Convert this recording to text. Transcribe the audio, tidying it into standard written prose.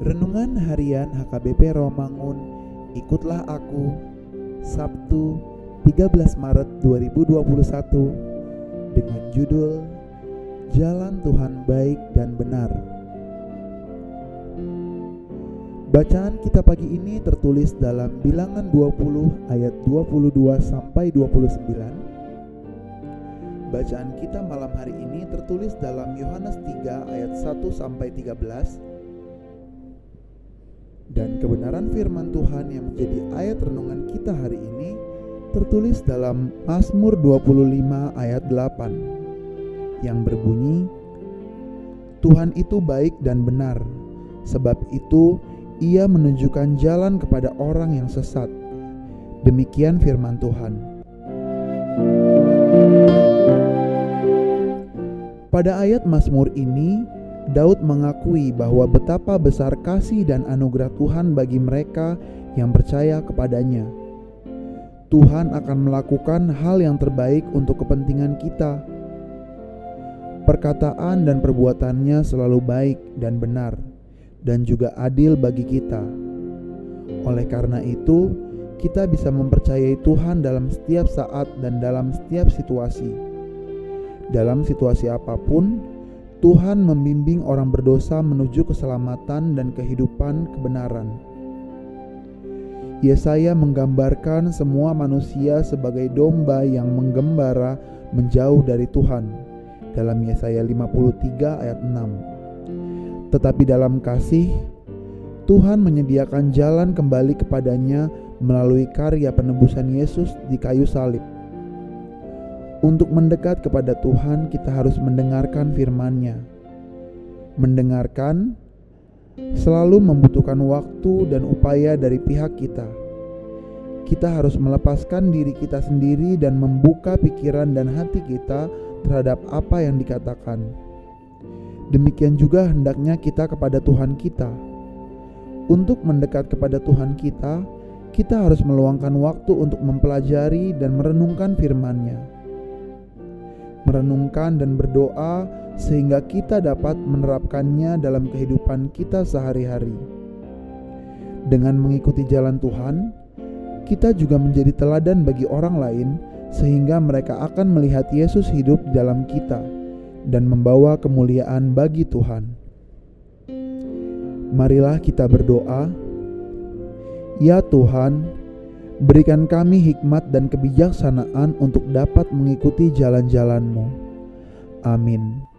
Renungan Harian HKBP Romangun, ikutlah aku, Sabtu 13 Maret 2021, dengan judul Jalan Tuhan Baik dan Benar. Bacaan kita pagi ini tertulis dalam Bilangan 20 ayat 22 sampai 29. Bacaan kita malam hari ini tertulis dalam Yohanes 3 ayat 1 sampai 13. Dan kebenaran firman Tuhan yang menjadi ayat renungan kita hari ini tertulis dalam Mazmur 25 ayat 8 yang berbunyi, Tuhan itu baik dan benar, sebab itu Ia menunjukkan jalan kepada orang yang sesat. Demikian firman Tuhan. Pada ayat Mazmur ini, Daud mengakui bahwa betapa besar kasih dan anugerah Tuhan bagi mereka yang percaya kepadanya. Tuhan akan melakukan hal yang terbaik untuk kepentingan kita. Perkataan dan perbuatannya selalu baik dan benar, dan juga adil bagi kita. Oleh karena itu, kita bisa mempercayai Tuhan dalam setiap saat dan dalam setiap situasi. Dalam situasi apapun, Tuhan membimbing orang berdosa menuju keselamatan dan kehidupan kebenaran. Yesaya menggambarkan semua manusia sebagai domba yang menggembala menjauh dari Tuhan dalam Yesaya 53 ayat 6. Tetapi dalam kasih, Tuhan menyediakan jalan kembali kepadanya melalui karya penebusan Yesus di kayu salib. Untuk mendekat kepada Tuhan, kita harus mendengarkan firman-Nya. Mendengarkan selalu membutuhkan waktu dan upaya dari pihak kita. Kita harus melepaskan diri kita sendiri dan membuka pikiran dan hati kita terhadap apa yang dikatakan. Demikian juga hendaknya kita kepada Tuhan kita. Untuk mendekat kepada Tuhan kita harus meluangkan waktu untuk mempelajari dan merenungkan firman-Nya. Merenungkan dan berdoa sehingga kita dapat menerapkannya dalam kehidupan kita sehari-hari. Dengan mengikuti jalan Tuhan, kita juga menjadi teladan bagi orang lain sehingga mereka akan melihat Yesus hidup di dalam kita dan membawa kemuliaan bagi Tuhan. Marilah kita berdoa. Ya Tuhan, berikan kami hikmat dan kebijaksanaan untuk dapat mengikuti jalan-jalan-Mu. Amin.